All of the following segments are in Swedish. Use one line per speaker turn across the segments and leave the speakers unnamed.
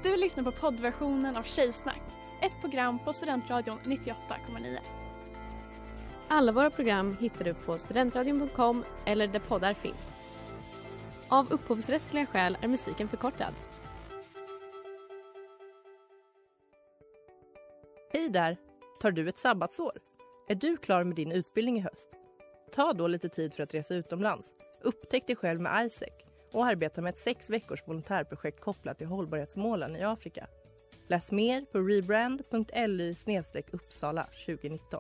Du lyssnar på poddversionen av Tjejsnack, ett program på Studentradion 98,9.
Alla våra program hittar du på studentradion.com eller där poddar finns. Av upphovsrättsliga skäl är musiken förkortad.
Hej där! Tar du ett sabbatsår? Är du klar med din utbildning i höst? Ta då lite tid för att resa utomlands. Upptäck dig själv med ISEC och arbeta med ett 6 veckors volontärprojekt kopplat till hållbarhetsmålen i Afrika. Läs mer på rebrand.ly/Uppsala 2019.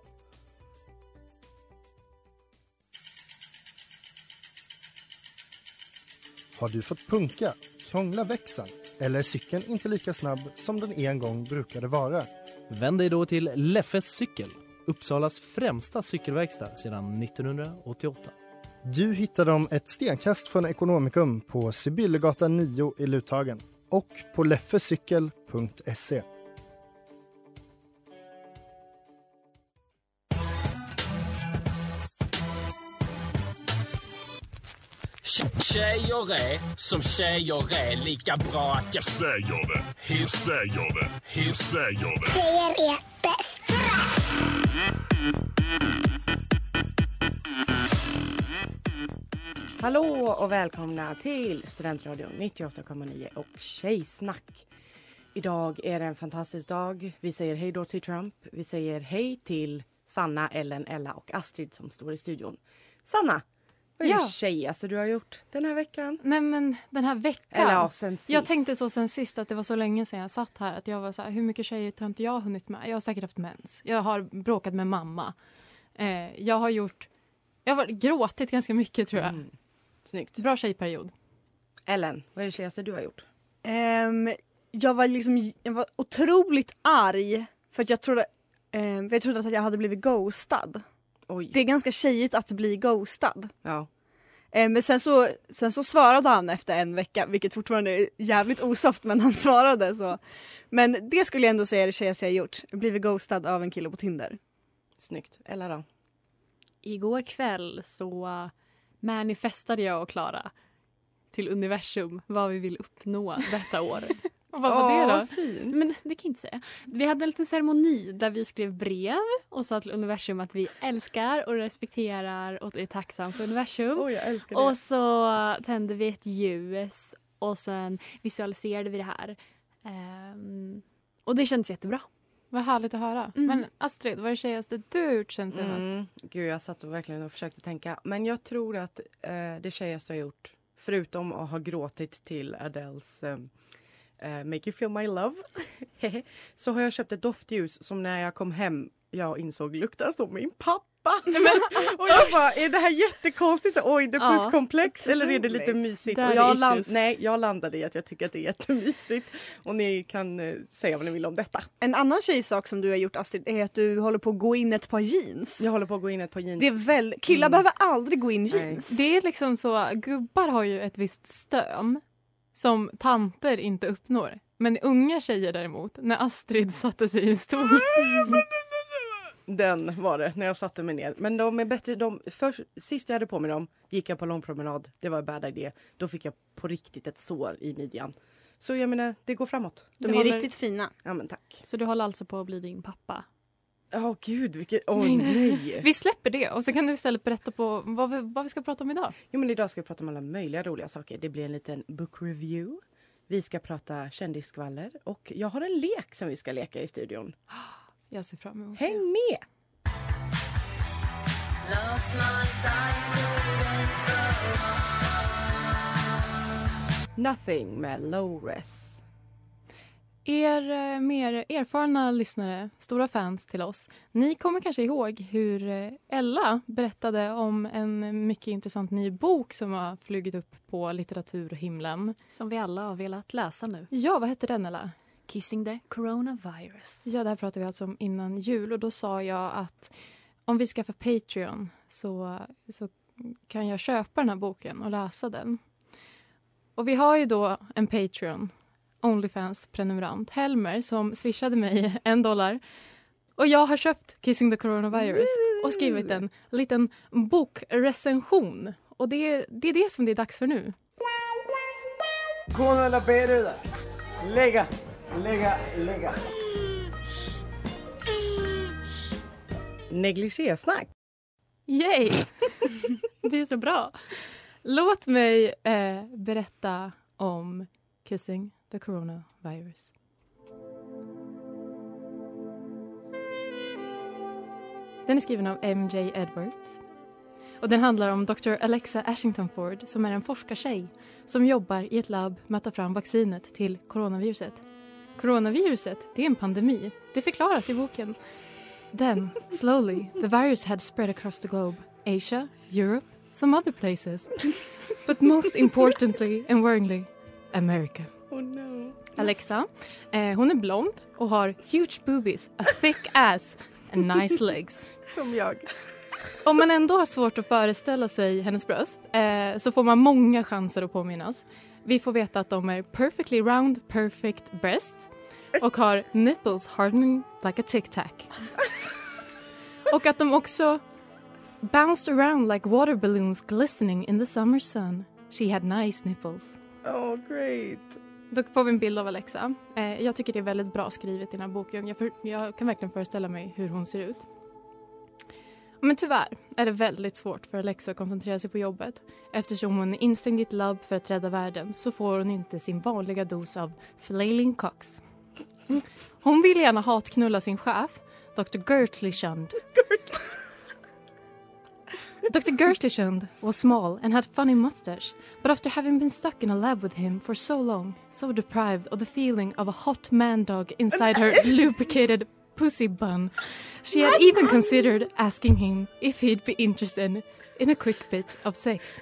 Har du fått punka, krångla växeln eller är cykeln inte lika snabb som den en gång brukade vara?
Vänd dig då till Leffes cykel, Uppsalas främsta cykelverkstad sedan 1988.
Du hittar dem ett stenkast från Ekonomikum på Sibyllegatan 9 i Luthagen och på leffecykel.se.
Tjejer är som tjejer är, lika bra att jag säger det. Hur säger det? Hur säger det?
Tjejer är bäst.
Hallå och välkomna till Studentradion 98,9 och Tjejsnack. Idag är det en fantastisk dag. Vi säger hej då till Trump. Vi säger hej till Sanna, Ellen, Ella och Astrid som står i studion. Sanna, vad är det tjejigaste du har gjort den här veckan?
Nej, men den här veckan.
Eller ja, sen sist.
Jag tänkte så sen sist att det var så länge sedan jag satt här. Att jag var så här, hur mycket tjejer har inte jag hunnit med? Jag har säkert haft mens. Jag har bråkat med mamma. Jag har gråtit ganska mycket, tror jag.
Snyggt.
Bra tjejperiod.
Ellen, vad är det tjejigaste du har gjort?
Jag var otroligt arg för att jag trodde att jag hade blivit ghostad.
Oj.
Det är ganska tjejigt att bli ghostad.
Ja.
Men sen så svarade han efter en vecka, vilket fortfarande är jävligt osoft, men han svarade så. Men det skulle jag ändå säga är det tjejigaste jag gjort. Blivit ghostad av en kille på Tinder.
Snyggt. Ella då?
Igår kväll så manifestade jag och Klara till universum vad vi vill uppnå detta år.
Och vad var det då?
Fint.
Men det kan jag inte säga. Vi hade en liten ceremoni där vi skrev brev och sa till universum att vi älskar och respekterar och är tacksam för universum.
Jag älskar det.
Och så tände vi ett ljus och sen visualiserade vi det här. Och det kändes jättebra.
Vad härligt att höra. Men Astrid, vad är det tjejigaste du gjort sen senast?
Gud, jag satt och verkligen försökte tänka. Men jag tror att det tjejigaste jag gjort, förutom att ha gråtit till Adels Make You Feel My Love, så har jag köpt ett doftljus som när jag kom hem jag insåg luktar som min pappa. Och jag bara, är det här jättekonstigt? Oidipuskomplex eller är det lite mysigt? Och jag landade i att jag tycker att det är jättemysigt. Och ni kan säga vad ni vill om detta.
En annan tjejsak som du har gjort, Astrid, är att du håller på att gå in ett par jeans.
Jag håller på att gå in ett par jeans.
Det är killar behöver aldrig gå in jeans.
Nej. Det är liksom så, gubbar har ju ett visst stön som tanter inte uppnår. Men unga tjejer däremot, när Astrid satte sig i en stol.
Den var det, när jag satte mig ner. Men de är bättre. Sist jag hade på mig dem gick jag på långpromenad. Det var en bad idé. Då fick jag på riktigt ett sår i midjan. Så jag menar, det går framåt.
De är riktigt fina.
Ja, men tack.
Så du håller alltså på att bli din pappa?
Gud, vilket... nej.
Vi släpper det och så kan du istället berätta på vad vi ska prata om idag.
Jo, men idag ska vi prata om alla möjliga roliga saker. Det blir en liten book review. Vi ska prata kändisskvaller. Och jag har en lek som vi ska leka i studion.
Jag ser fram emot.
Häng med! Nothing med Low Res.
Er mer erfarna lyssnare, stora fans till oss, ni kommer kanske ihåg hur Ella berättade om en mycket intressant ny bok som har flugit upp på litteraturhimlen.
Som vi alla har velat läsa nu.
Ja, vad heter den, Ella?
Kissing the Coronavirus.
Ja, det här pratade vi alltså om innan jul och då sa jag att om vi skaffar Patreon så kan jag köpa den här boken och läsa den. Och vi har ju då en Patreon, OnlyFans-prenumerant, Helmer, som swishade mig $1. Och jag har köpt Kissing the Coronavirus och skrivit en liten bokrecension. Och det är det som det är dags för nu.
Konen ber du där. Lägga.
Lägga. Negligésnack.
Yay!
Det är så bra.
Låt mig berätta om Kissing the Coronavirus. Den är skriven av M.J. Edwards. Och den handlar om Dr. Alexa Ashington-Ford som är en forskartjej som jobbar i ett labb med att ta fram vaccinet till coronaviruset. Coronaviruset, det är en pandemi. Det förklaras i boken. Then, slowly, the virus had spread across the globe. Asia, Europe, some other places. But most importantly and worryingly, America.
Oh no.
Alexa, hon är blond och har huge boobies, a thick ass and nice legs.
Som jag.
Om man ändå har svårt att föreställa sig hennes bröst så får man många chanser att påminnas. Vi får veta att de är perfectly round, perfect breasts och har nipples hardening like a tic-tac. Och att de också bounced around like water balloons glistening in the summer sun. She had nice nipples.
Oh, great.
Då får vi en bild av Alexa. Jag tycker det är väldigt bra skrivet i den här boken. Jag kan verkligen föreställa mig hur hon ser ut. Men tyvärr är det väldigt svårt för Alexa att koncentrera sig på jobbet. Eftersom hon är instängd i ett labb för att rädda världen så får hon inte sin vanliga dos av flailing cocks. Hon vill gärna hatknulla sin chef, Dr. Gertlishund. Dr. Gertlishund was small and had funny mustache, but after having been stuck in a lab with him for so long, so deprived of the feeling of a hot man dog inside her lubricated pussy bun, she had even considered asking him if he'd be interested in a quick bit of sex.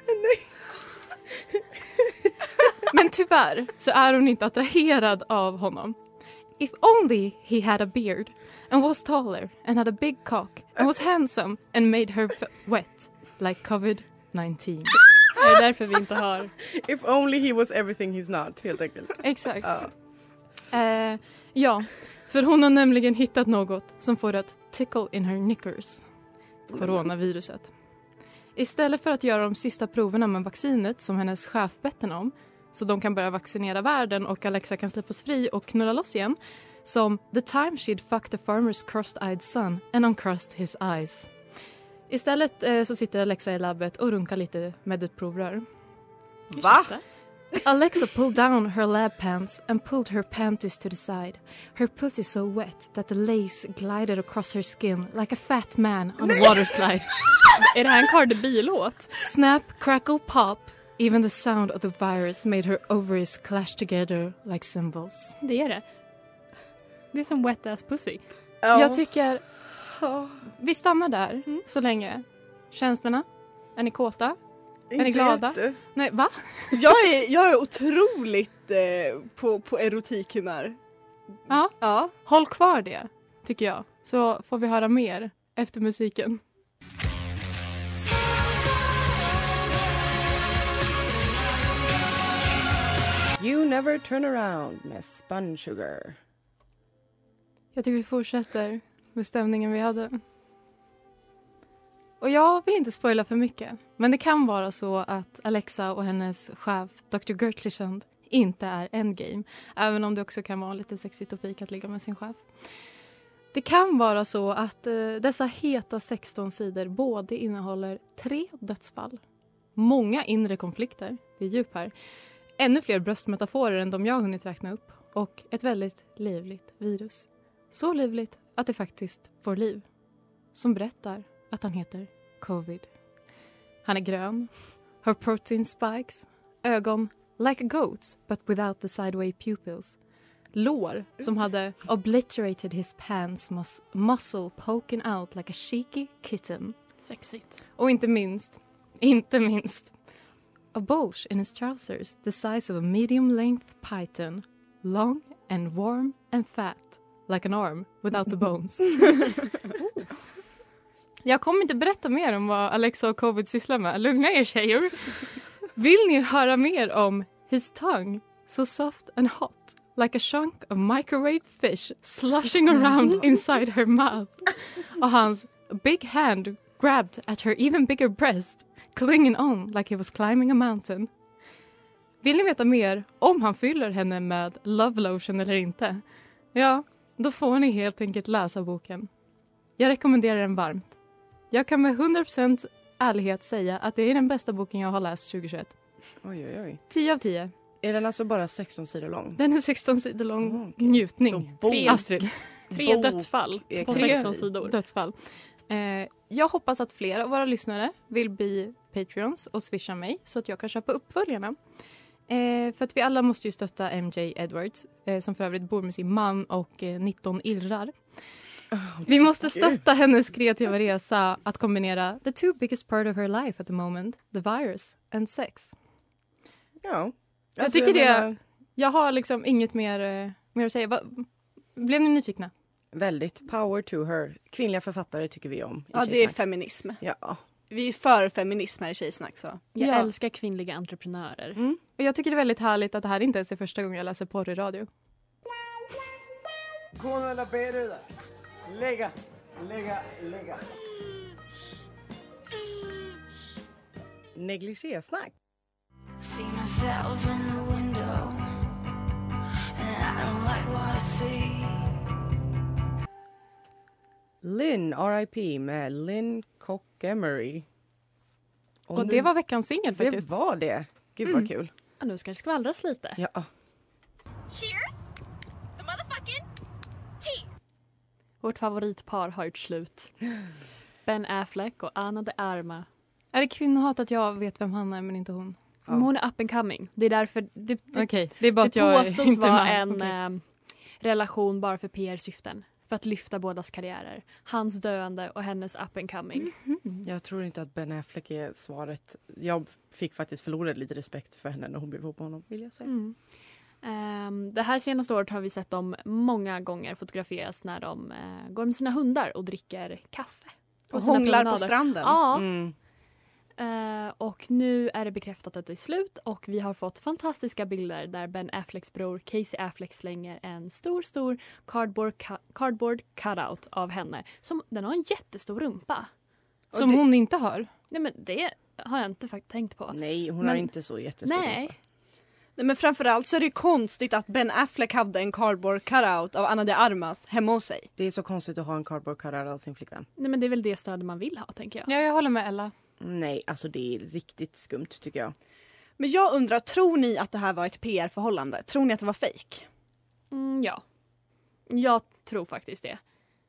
Men tyvärr så är hon inte attraherad av honom. If only he had a beard and was taller and had a big cock and was handsome and made her wet like COVID-19.
Det är därför vi inte har.
If only he was everything he's not, helt enkelt.
Exakt. Ja, för hon har nämligen hittat något som får att tickle in her knickers. Coronaviruset. Istället för att göra de sista proverna med vaccinet som hennes chef bett henne om, så de kan börja vaccinera världen och Alexa kan släppas fri och knulla loss igen, som the time she'd fucked the farmer's crossed-eyed son and uncrossed his eyes. Istället så sitter Alexa i labbet och runkar lite med ett provrör.
Va?
Alexa pulled down her lab pants and pulled her panties to the side. Her pussy so wet that the lace glided across her skin like a fat man on a water slide.
Är det här en Cardi B-låt?
Snap, crackle, pop. Even the sound of the virus made her ovaries clash together like cymbals.
Det är det. Det är som wet ass pussy.
Jag tycker vi stannar där så länge. Känslorna? Är ni kåta? Är ni glada?
Jätte.
Nej, va?
Jag är otroligt på erotikhumör.
Ja. Håll kvar det, tycker jag. Så får vi höra mer efter musiken.
You Never Turn Around med Spun Sugar.
Jag tycker vi fortsätter med stämningen vi hade. Och jag vill inte spoila för mycket. Men det kan vara så att Alexa och hennes chef Dr. Gertlishund inte är endgame. Även om det också kan vara lite sexig topik att ligga med sin chef. Det kan vara så att dessa heta 16 sidor både innehåller 3 dödsfall. Många inre konflikter, det är djup här. Ännu fler bröstmetaforer än de jag har hunnit räkna upp. Och ett väldigt livligt virus. Så livligt att det faktiskt får liv. Som berättar att han heter Covid. Han är grön, har protein spikes, ögon like a goat's but without the sideway pupils. Lår som hade obliterated his pants muscle poking out like a cheeky kitten.
Sexigt.
Och inte minst, a bulge in his trousers the size of a medium length python, long and warm and fat like an arm without the bones. Jag kommer inte berätta mer om vad Alexa och Covid sysslar med. Lugna er, tjejer. Vill ni höra mer om his tongue so soft and hot like a chunk of microwaved fish slushing around inside her mouth? Och hans big hand grabbed at her even bigger breast, clinging on like he was climbing a mountain. Vill ni veta mer om han fyller henne med love lotion eller inte? Ja, då får ni helt enkelt läsa boken. Jag rekommenderar den varmt. Jag kan med 100% ärlighet säga att det är den bästa boken jag har läst 2021.
Oj.
10 av 10.
Är den alltså bara 16 sidor lång?
Den är 16 sidor lång. Njutning. Astrid.
3 dödsfall på 16 sidor.
Dödsfall. Jag hoppas att fler av våra lyssnare vill bli Patreons och swisha mig så att jag kan köpa uppföljarna. För att vi alla måste ju stötta MJ Edwards som för övrigt bor med sin man och 19 irrar. Vi måste stötta hennes kreativa resa att kombinera the two biggest part of her life at the moment, the virus and sex.
Ja.
Jag tycker det. Jag har liksom inget mer att säga. Blev ni nyfikna?
Väldigt. Power to her. Kvinnliga författare tycker vi om.
Ja, det är feminism.
Ja.
Vi är för feminism här i Tjejsnack. Så.
Jag älskar kvinnliga entreprenörer.
Och jag tycker det är väldigt härligt att det här inte ens är första gången jag läser porr i radio.
Lägga.
Negligésnack.
See myself in the window and I don't like what I see.
Lynn, R.I.P. med Lynn Cock-Emery.
Och det var veckans singel faktiskt.
Det var det. Gud vad kul.
Ja, nu ska det skvallras lite.
Ja.
Cheers! The motherfucking tea!
Vårt favoritpar har gjort slut. Ben Affleck och Ana de Armas.
Är det kvinnohat att jag vet vem han är men inte hon?
Ja. Hon är up and coming. Det är därför
Okej, det är bara att jag
påstås
inte
vara
med.
en relation bara för PR-syften. För att lyfta bådas karriärer. Hans döende och hennes up and coming.
Jag tror inte att Ben Affleck är svaret. Jag fick faktiskt förlora lite respekt för henne när hon blev ihop med honom, vill jag säga.
Det här senaste året har vi sett dem många gånger fotograferas när de går med sina hundar och dricker kaffe.
Och hånglar på stranden.
Ja. Och nu är det bekräftat att det är slut och vi har fått fantastiska bilder där Ben Afflecks bror Casey Affleck slänger en stor cardboard cutout av henne. Den har en jättestor rumpa.
Som hon inte har?
Nej, men det har jag inte tänkt på.
Nej, hon har inte så jättestor rumpa.
Nej, men framförallt så är det konstigt att Ben Affleck hade en cardboard cutout av Ana de Armas hemma hos sig.
Det är så konstigt att ha en cardboard cutout av sin flickvän.
Nej, men det är väl det stöd man vill ha, tänker jag.
Ja, jag håller med Ella.
Nej, alltså det är riktigt skumt tycker jag.
Men jag undrar, tror ni att det här var ett PR-förhållande? Tror ni att det var fake?
Ja. Jag tror faktiskt det.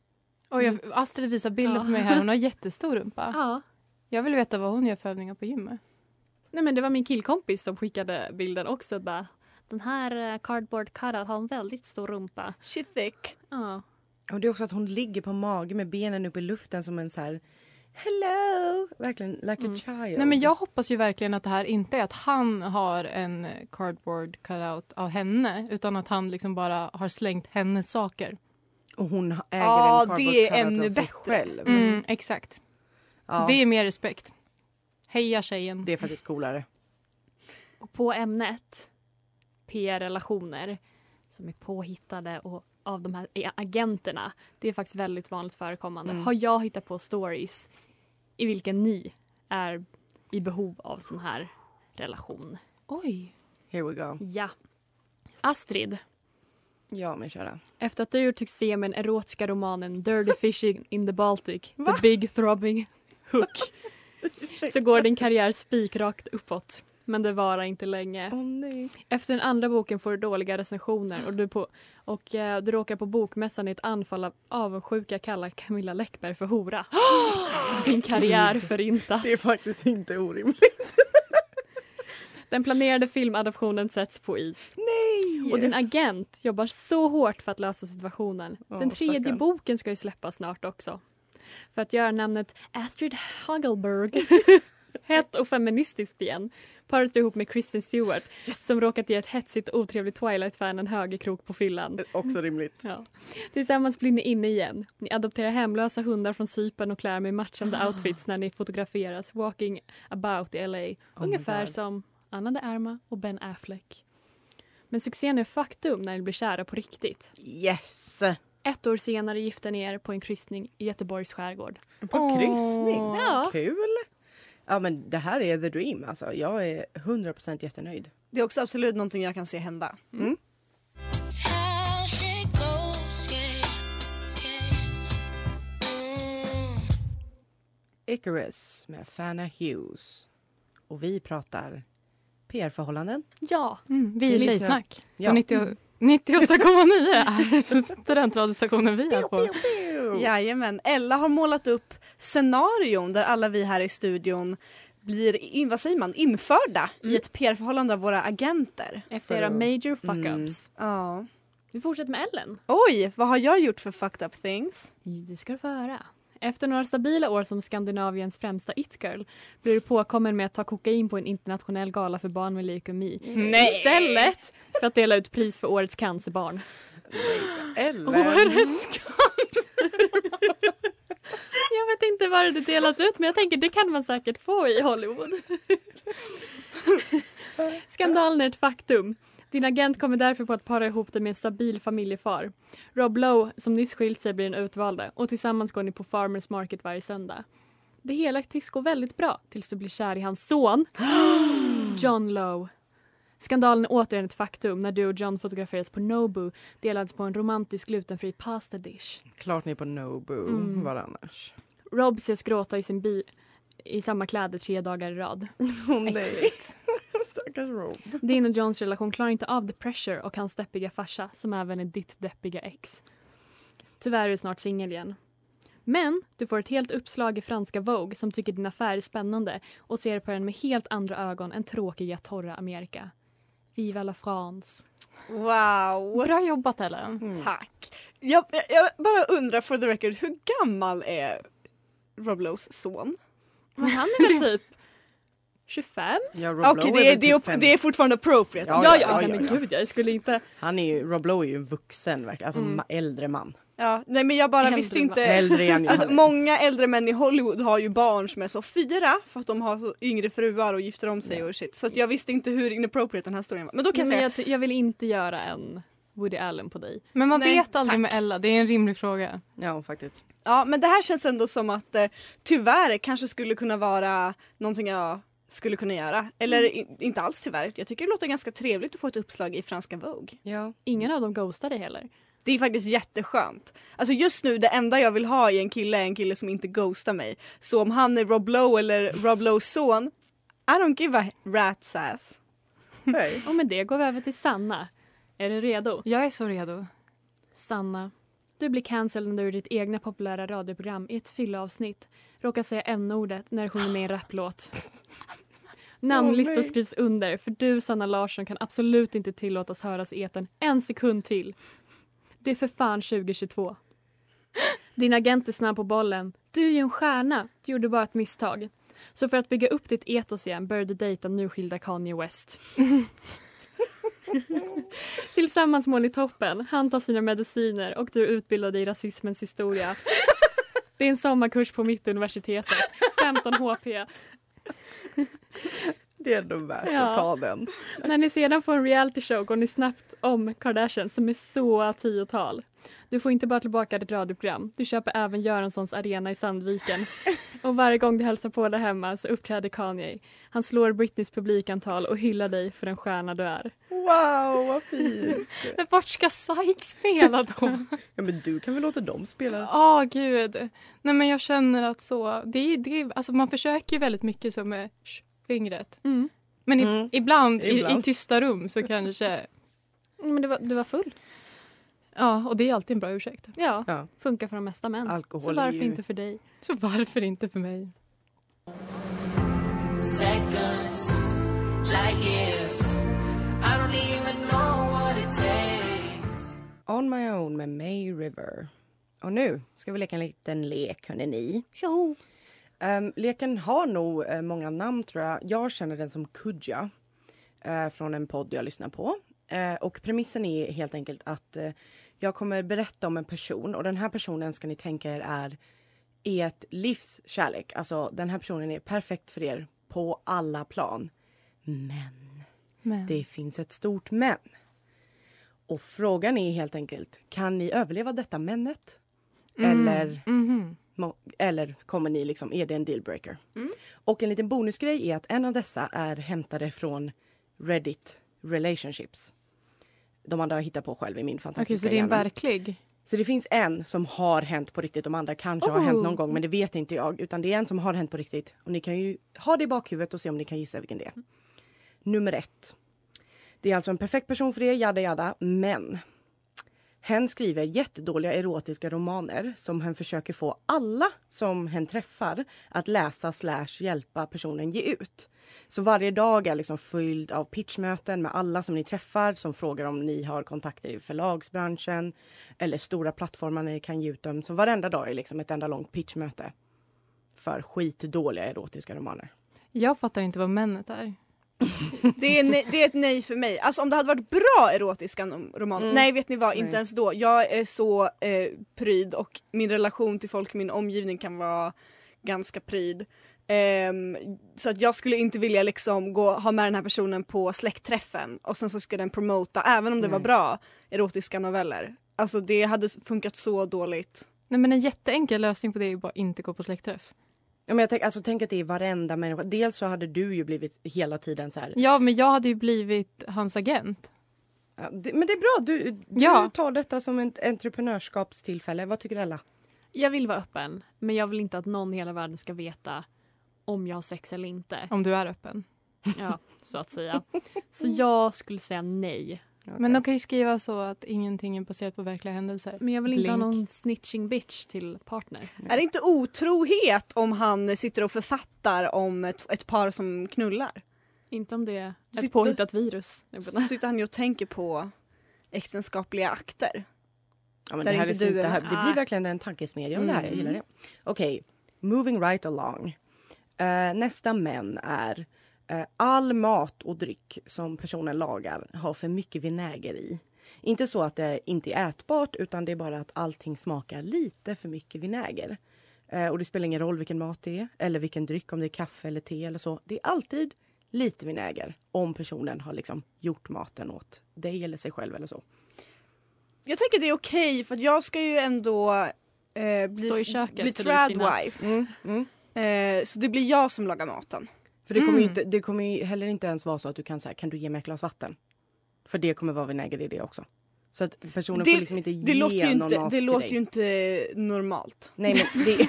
Astrid visar bilder på mig här. Hon har jättestor rumpa.
Ja.
Jag vill veta vad hon gör för övningar på gymmet.
Nej, men det var min killkompis som skickade bilden också. Bara, den här cardboard cutout har en väldigt stor rumpa.
She thick.
Ja.
Och det är också att hon ligger på mage med benen upp i luften som en så här hello, verkligen like a child.
Nej, men jag hoppas ju verkligen att det här inte är att han har en cardboard cutout av henne utan att han liksom bara har slängt hennes saker.
Och hon äger en cardboard
det är
cutout
ännu
av sig
bättre.
själv.
Exakt.
Ja.
Det är mer respekt. Heja tjejen.
Det är faktiskt coolare.
Och på ämnet PR-relationer som är påhittade och av de här agenterna. Det är faktiskt väldigt vanligt förekommande. Har jag hittat på stories i vilken ni är i behov av sån här relation?
Oj.
Here we go.
Ja. Astrid.
Ja, men köra.
Efter att du gjort succé med den erotiska romanen Dirty Fishing in the Baltic, The Big Throbbing Hook, så går din karriär spikrakt uppåt. Men det varar inte länge.
Nej.
Efter den andra boken får du dåliga recensioner och du råkar på bokmässan i ett anfall av avundsjuka kallar Camilla Läckberg för hora. Din karriär förintas.
Det är faktiskt inte orimligt.
Den planerade filmadaptionen sätts på is.
Nej!
Och din agent jobbar så hårt för att lösa situationen. Den tredje
stackarn.
boken ska ju släppas snart också. För att göra namnet Astrid Hagelberg hett och feministiskt igen. Paras du ihop med Kristen Stewart som råkat ge ett hetsigt och otrevligt Twilight-fan en högerkrok på fyllan.
Också rimligt.
Ja. Tillsammans blir ni inne igen. Ni adopterar hemlösa hundar från Cypern och klär med matchande outfits när ni fotograferas walking about i LA. Ungefär som Ana de Armas och Ben Affleck. Men succén är faktum när ni blir kära på riktigt.
Yes!
1 år senare gifter ni er på en kryssning i Göteborgs skärgård.
På kryssning?
Ja.
Kul! Ja, men det här är the dream. Alltså, jag är 100% jättenöjd.
Det är också absolut någonting jag kan se hända.
Mm. Icarus med Fana Hughes. Och vi pratar PR-förhållanden.
Ja.
Vi är Tjejsnack.
Ja.
Och 98,9 är studentradiostationen vi är på.
Jajamän. Ella har målat upp scenarion där alla vi här i studion blir införda i ett PR-förhållande av våra agenter.
Efter era major fuck-ups.
Ja.
Vi fortsätter med Ellen.
Oj, vad har jag gjort för fucked up things?
Det ska du få höra. Efter några stabila år som Skandinaviens främsta it-girl blir du påkommen med att ta kokain på en internationell gala för barn med leukemi. Istället för att dela ut pris för årets cancerbarn. Årets cancer! Jag vet inte vad det delas ut, men jag tänker det kan man säkert få i Hollywood. Skandalen är ett faktum. Din agent kommer därför på att para ihop dig med en stabil familjefar. Rob Lowe, som nyss skilt sig, blir den utvalda och tillsammans går ni på Farmers Market varje söndag. Det hela tycks gå väldigt bra tills du blir kär i hans son, John Lowe. Skandalen är återigen ett faktum när du och John fotograferas på Nobu, delades på en romantisk glutenfri pasta dish.
Klart ni är på Nobu, vad annars?
Rob ses gråta i sin bil i samma kläder 3 dagar i rad.
Nej. Stackars Rob.
Din och Johns relation klarar inte av the pressure och hans deppiga farsa, som även är ditt deppiga ex. Tyvärr är du snart singel igen. Men du får ett helt uppslag i franska Vogue som tycker din affär är spännande och ser på den med helt andra ögon än tråkiga, torra Amerika. Viva la France.
Wow.
Bra jobbat, Ellen.
Tack. Jag bara undrar for the record, hur gammal är Rob Lowes son?
Men han är väl typ 25?
Ja, Rob
Okej,
Lowe är väl typ
det är fortfarande appropriate.
Ja, men gud, jag skulle inte...
Rob Lowe är ju en vuxen, verkligen. Alltså äldre man.
Ja, nej men jag bara
Äldre
visste
man.
inte.
Äldre är han ju.
Alltså många äldre män i Hollywood har ju barn som är så 4 för att de har så yngre fruar och gifter om sig och shit. Så att jag visste inte hur inappropriate den här storyn var. Men då kan jag säga...
jag vill inte göra en Woody Allen på dig.
Men man
Nej,
vet aldrig
tack.
med Ella, det är en rimlig fråga.
Ja, faktiskt.
Ja, men det här känns ändå som att tyvärr kanske skulle kunna vara någonting jag skulle kunna göra. Eller inte alls tyvärr. Jag tycker det låter ganska trevligt att få ett uppslag i franska Vogue.
Ja.
Ingen av dem ghostade heller.
Det är faktiskt jätteskönt. Alltså just nu, det enda jag vill ha i en kille är en kille som inte ghostar mig. Så om han är Rob Lowe eller Rob Lowes son, I don't give a rat's ass.
Hej.
Och med det går vi över till Sanna. Är du redo?
Jag är så redo.
Sanna, du blir cancelled när du i ditt egna populära radioprogram i ett fylleavsnitt råkar säga n-ordet när du sjunger med en raplåt. Namnlistor skrivs under för du, Sanna Larsson, kan absolut inte tillåtas höras i etern en sekund till. Det är för fan 2022. Din agent är snabb på bollen. Du är ju en stjärna. Du gjorde bara ett misstag. Så för att bygga upp ditt etos igen började du dejta nyskilda Kanye West. Tillsammans mår ni toppen. Han tar sina mediciner och du är utbildad i rasismens historia. Det är en sommarkurs på Mittuniversitetet. 15 HP.
Det är ändå värt att ta den.
När ni sedan får en reality show går ni snabbt om Kardashian som är så 10-tal. Du får inte bara tillbaka ditt radioprogram. Du köper även Göranssons arena i Sandviken. Och varje gång du hälsar på där hemma så uppträder Kanye. Han slår Britneys publikantal och hyllar dig för den stjärna du är.
Wow, vad fint.
Men vart ska Syke spela då?
Ja, men du kan väl låta dem spela?
Ja, gud. Nej, men jag känner att så... alltså man försöker ju väldigt mycket som med fingret.
Mm.
Men ibland i tysta rum så kanske...
Men du var full.
Ja, och det är alltid en bra ursäkt.
Ja, funkar för de mesta män.
Alkohol
så varför
ju...
inte för dig?
Så varför inte för mig?
Seconds, like years. I don't even know what it takes.
On My Own med May River. Och nu ska vi leka en liten lek, hörni ni.
Jo.
Leken har nog många namn, tror jag. Jag känner den som Kudja från en podd jag lyssnar på. Och premissen är helt enkelt att jag kommer berätta om en person. Och den här personen ska ni tänka er är ert livs kärlek. Alltså den här personen är perfekt för er på alla plan. Men det finns ett stort men. Och frågan är helt enkelt, kan ni överleva detta männet? Eller Eller kommer ni liksom, är det en dealbreaker? Och en liten bonusgrej är att en av dessa är hämtade från Reddit Relationships. De andra har jag hittat på själv i min fantastiska
Okej, så det är en
hjärna.
verklig?
Så det finns en som har hänt på riktigt. De andra kanske har hänt någon gång, men det vet inte jag. Utan det är en som har hänt på riktigt. Och ni kan ju ha det i bakhuvudet och se om ni kan gissa vilken det är. Nummer 1. Det är alltså en perfekt person för det, jada jada. Men hen skriver jättedåliga erotiska romaner som hen försöker få alla som hen träffar att läsa / hjälpa personen ge ut. Så varje dag är liksom fylld av pitchmöten med alla som ni träffar som frågar om ni har kontakter i förlagsbranschen eller stora plattformar när ni kan ge ut dem. Så varenda dag är liksom ett enda långt pitchmöte för skitdåliga erotiska romaner.
Jag fattar inte vad männet är.
Det är ett nej för mig. Alltså om det hade varit bra erotiska romaner. Nej, vet ni vad? Inte ens då. Jag är så pryd och min relation till folk i min omgivning kan vara ganska pryd. Så att jag skulle inte vilja liksom ha med den här personen på släktträffen och sen så skulle den promota, även om det var bra erotiska noveller. Alltså det hade funkat så dåligt.
Nej, men en jätteenkel lösning på det är ju bara inte gå på släktträff.
Ja, men tänk att det är varenda människa. Dels så hade du ju blivit hela tiden så här.
Ja, men jag hade ju blivit hans agent.
Ja, men det är bra, du tar detta som ett entreprenörskapstillfälle. Vad tycker Ella?
Jag vill vara öppen, men jag vill inte att någon i hela världen ska veta om jag har sex eller inte.
Om du är öppen.
Ja, så att säga. Så jag skulle säga nej.
Okay.
Men de kan ju skriva så att ingenting är baserat på verkliga händelser.
Men jag vill inte ha någon snitching bitch till partner.
Är det inte otrohet om han sitter och författar om ett par som knullar?
Inte om det är ett påhittat virus.
Så sitter han ju och tänker på äktenskapliga akter.
Ja, men det här är fint. Det blir verkligen en tankesmedja om det här. Jag gillar det. Okej, moving right along. Nästa män är all mat och dryck som personen lagar har för mycket vinäger i. Inte så att det inte är ätbart, utan det är bara att allting smakar lite för mycket vinäger. Och det spelar ingen roll vilken mat det är eller vilken dryck, om det är kaffe eller te eller så. Det är alltid lite vinäger om personen har liksom gjort maten åt dig eller sig själv eller så.
Jag tänker det är okej, för att jag ska ju ändå bli tradwife. Så det blir jag som lagar maten.
För det kommer ju heller inte ens vara så att du kan säga, kan du ge mig ett glas vatten? För det kommer vara vinäger i det också. Så att personen får liksom inte ge någon mat till dig.
Det låter ju inte normalt.
Nej, men det...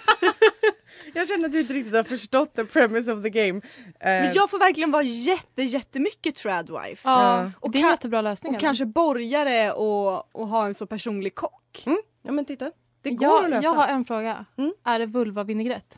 Jag känner att du inte riktigt har förstått the premise of the game.
Men jag får verkligen vara jättemycket tradwife.
Ja, och det är en jättebra lösning.
Och kanske borgare och ha en så personlig kock.
Ja, men titta. Det går att lösa.
Jag har en fråga. Är det vulva-vinägrett?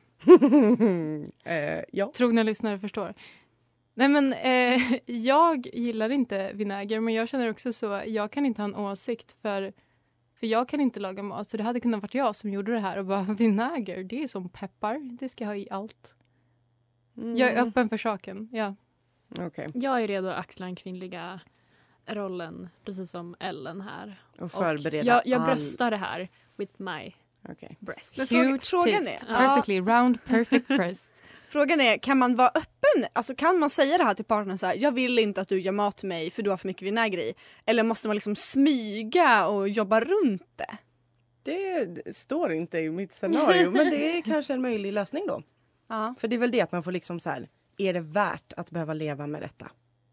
Ja.
Trogna lyssnare förstår. Nej, men jag gillar inte vinäger, men jag känner också så, jag kan inte ha en åsikt för jag kan inte laga mat, så det hade kunnat varit jag som gjorde det här och bara, vinäger, det är som peppar, det ska jag ha i allt. Jag är öppen för saken, ja.
Okay.
Jag är redo att axla den kvinnliga rollen, precis som Ellen här.
Och förbereda
jag bröstar det här with my breast.
Men
frågan är perfectly round, perfect breast.
Frågan är, kan man vara öppen? Alltså kan man säga det här till partnern så här, jag vill inte att du gör mat till mig för du har för mycket vinäger i. Eller måste man liksom smyga och jobba runt det?
Det står inte i mitt scenario, men det är kanske en möjlig lösning då.
Ja.
För det är väl det att man får liksom så här, är det värt att behöva leva med detta?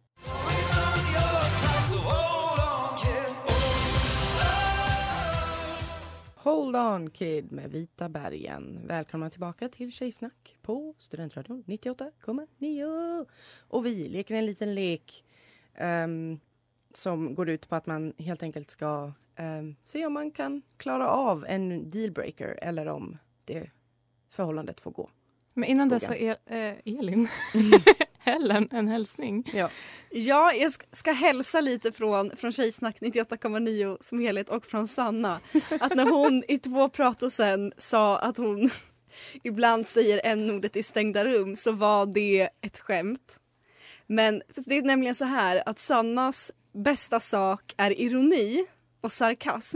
Hold on kid med Vita bergen. Välkomna tillbaka till Tjejsnack på Studentradion 98,9. Och vi leker en liten lek som går ut på att man helt enkelt ska se om man kan klara av en dealbreaker eller om det förhållandet får gå.
Men innan dess så Elin, Helen, en hälsning.
Ja, jag ska hälsa lite från Tjejsnack 98,9 som helhet och från Sanna. Att när hon i 2 prat och sen sa att hon ibland säger n-ordet i stängda rum så var det ett skämt. Men det är nämligen så här att Sannas bästa sak är ironi och sarkasm.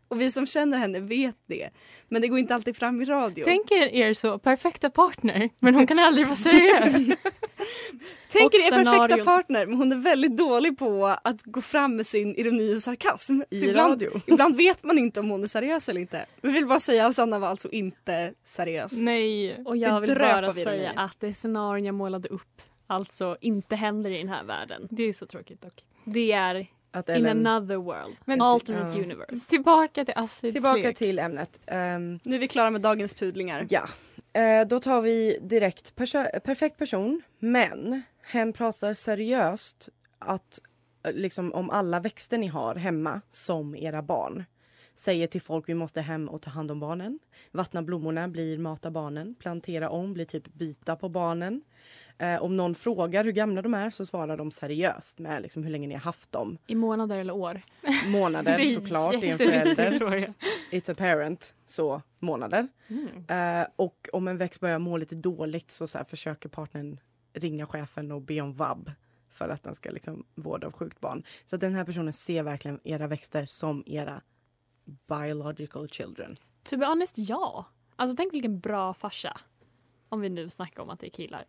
Och vi som känner henne vet det. Men det går inte alltid fram i radio.
Tänk er så, perfekta partner, men hon kan aldrig vara seriös.
Tänk er perfekta partner, men hon är väldigt dålig på att gå fram med sin ironi och sarkasm.
I radio.
Ibland vet man inte om hon är seriös eller inte. Vi vill bara säga att Sanna var alltså inte seriös.
Nej.
Och jag vill
dröp
bara
av ironi.
säga att det scenario jag målade upp alltså inte händer i den här världen.
Det är så tråkigt dock.
Det är
Att
in
Ellen,
another world.
Men-
Alternate universe.
Tillbaka till Astrids
tillbaka
lek.
till ämnet.
Nu är vi klara med dagens pudlingar.
Ja, då tar vi direkt perfekt person, men hen pratar seriöst att liksom om alla växter ni har hemma som era barn. Säger till folk vi måste hem och ta hand om barnen. Vattna blommorna blir mata barnen. Plantera om blir typ byta på barnen. Om någon frågar hur gamla de är så svarar de seriöst med liksom hur länge ni har haft dem.
I månader eller år.
Månader
Det är
såklart, det är en
jätteviktig
förälder.
fråga.
It's a parent, så månader. Och om en växt börjar må lite dåligt så här, försöker partnern ringa chefen och be om vab för att den ska liksom vårda av sjukt barn. Så att den här personen ser verkligen era växter som era biological children.
To be honest, ja. Alltså tänk vilken bra farsa. Om vi nu snackar om att det är killar.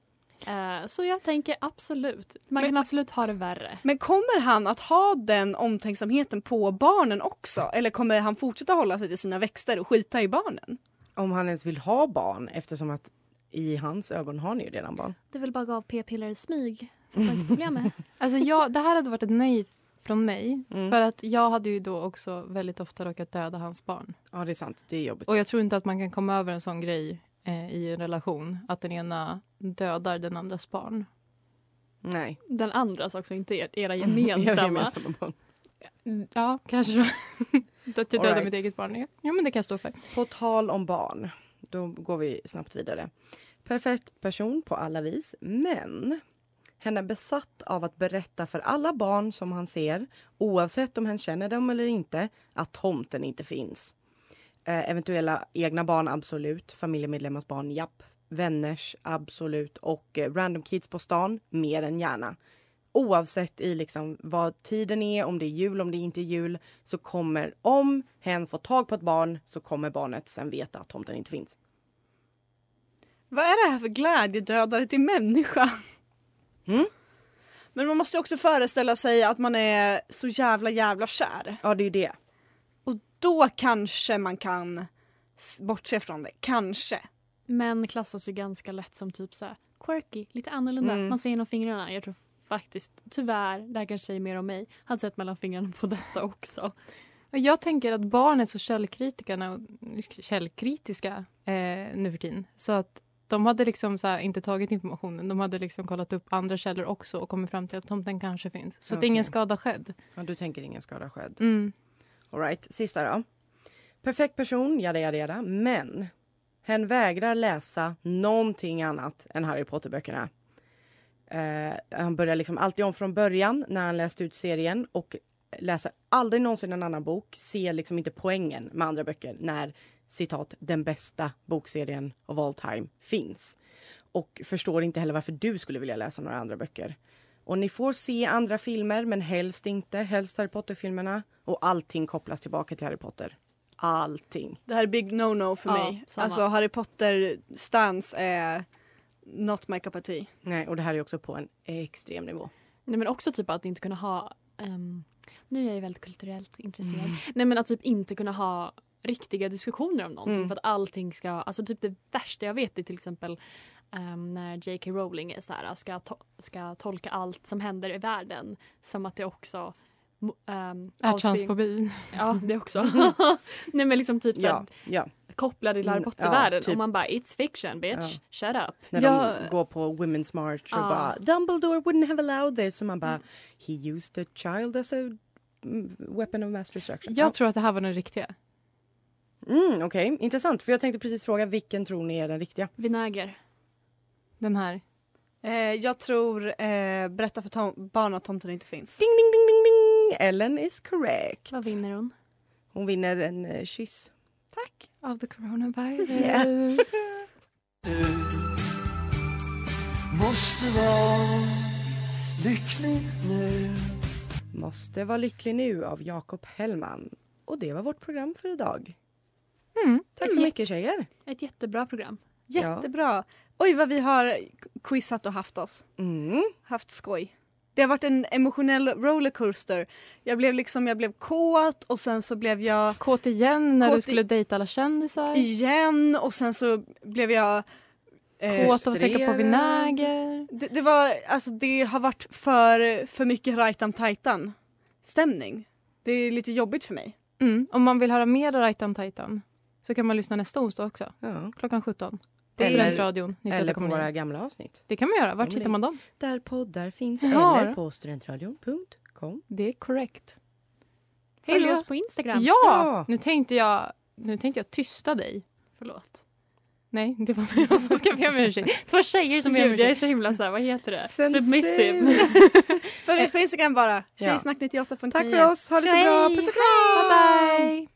Så jag tänker absolut. Man kan absolut ha det värre.
Men kommer han att ha den omtänksamheten på barnen också? Eller kommer han fortsätta hålla sig till sina växter och skita i barnen?
Om han ens vill ha barn, eftersom att i hans ögon har ni ju redan barn.
Det vill bara gå av p-piller i smyg. Det var inte problemet.
Alltså det här hade varit ett nej från mig. För att jag hade ju då också väldigt ofta råkat döda hans barn.
Ja, det är sant. Det är jobbigt.
Och jag tror inte att man kan komma över en sån grej i en relation. Att den ena dödar den andras barn.
Nej.
Den andras också, inte era gemensamma.
barn.
Ja, kanske då. Att jag
All
dödar
right.
mitt eget barn. Ja, men det kan jag stå för.
På tal om barn, då går vi snabbt vidare. Perfekt person på alla vis, men hen är besatt av att berätta för alla barn som han ser, oavsett om han känner dem eller inte, att tomten inte finns. Eventuella egna barn, absolut. Familjemedlemmars barn, japp. Vänners, absolut. Och random kids på stan, mer än gärna. Oavsett i liksom vad tiden är, om det är jul, om det inte är jul, så kommer, om hen får tag på ett barn, så kommer barnet sen veta att tomten inte finns.
Vad är det här för glädjedödare till människa? Men man måste också föreställa sig att man är så jävla kär.
Ja, det är det.
Och då kanske man kan bortse från det. Kanske.
Men klassas ju ganska lätt som typ så här quirky, lite annorlunda. Man ser genom fingrarna. Jag tror faktiskt, tyvärr, det här kanske säger mer om mig, hade sett mellan fingrarna på detta också.
Och jag tänker att barn är så källkritiska nu för tiden. Så att de hade liksom så här inte tagit informationen. De hade liksom kollat upp andra källor också och kommit fram till att tomten kanske finns. Så att ingen skada skedd.
Ja, du tänker ingen skada skedd. All right, sista då. Perfekt person, jada. Men hen vägrar läsa någonting annat än Harry Potter-böckerna. Han börjar liksom alltid om från början när han läste ut serien och läser aldrig någonsin en annan bok. Ser liksom inte poängen med andra böcker när, citat, den bästa bokserien of all time finns. Och förstår inte heller varför du skulle vilja läsa några andra böcker. Och ni får se andra filmer, men helst inte. Helst Harry Potter-filmerna. Och allting kopplas tillbaka till Harry Potter. Allting.
Det här är big no-no för mig.
Samma.
Alltså Harry Potter-stans är not my cup of tea.
Nej, och det här är också på en extrem nivå.
Nej, men också typ att inte kunna ha... nu är jag ju väldigt kulturellt intresserad. Nej, men att typ inte kunna ha riktiga diskussioner om någonting. För att allting ska... Alltså typ det värsta jag vet är till exempel när J.K. Rowling är så här, ska tolka allt som händer i världen som att det också...
Är transfobi.
Ja, det också. Nej, men liksom typ så
Ja.
kopplade till Harry Potter-världen.
typ.
Och man bara, it's fiction, bitch. Shut up.
När de går på Women's March och bara Dumbledore wouldn't have allowed this. Och man bara, he used a child as a weapon of mass destruction.
Jag tror att det här var den riktiga.
Okej, intressant. För jag tänkte precis fråga, vilken tror ni är den riktiga?
Vinäger.
Den här.
Jag tror berätta för barn att tomten inte finns.
Ding, ding, ding, ding, ding. Ellen is correct.
Vad vinner hon?
Hon vinner en kyss.
Tack.
Av the coronavirus.
Yeah.
Du måste vara lycklig nu.
Måste vara lycklig nu av Jakob Hellman. Och det var vårt program för idag. Tack
Mm.
så mycket tjejer.
Ett jättebra program.
Jättebra. Oj, vad vi har quizat och haft oss. Haft skoj. Det har varit en emotionell rollercoaster. Jag blev kåt och sen så blev jag...
Kåt igen när du skulle dejta alla kändisar.
Igen och sen så blev jag...
Kåt av att tänka på vinäger.
Det har varit för mycket rajtan-tajtan stämning. Det är lite jobbigt för mig.
Om man vill höra mer Rajtan Tajtan så kan man lyssna nästa onsdag också.
Ja.
Klockan 17.
Studentradion.
98,9.
Eller på våra gamla avsnitt.
Det kan man göra. Vart hittar man dem?
Där poddar finns
Ja.
eller på studentradion.com.
Det är korrekt.
Följ oss på Instagram.
Ja! Nu tänkte jag tysta dig.
Förlåt.
Nej, det var jag som ska be om ursäkt. 2 tjejer som ber om
Gud, jag är
ursäkt.
så himla så här, vad heter det?
Sensitive.
Submissive.
Följ oss på Instagram bara.
Ja.
Tjejsnack 98.9.
Tack för oss. Ha det så bra. Puss och kram.
Bye bye!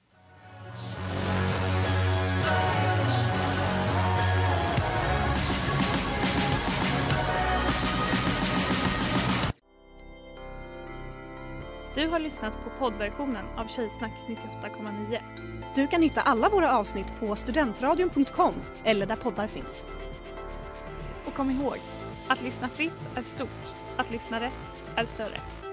Du har lyssnat på poddversionen av Tjejsnack 98,9.
Du kan hitta alla våra avsnitt på studentradion.com eller där poddar finns.
Och kom ihåg, att lyssna fritt är stort, att lyssna rätt är större.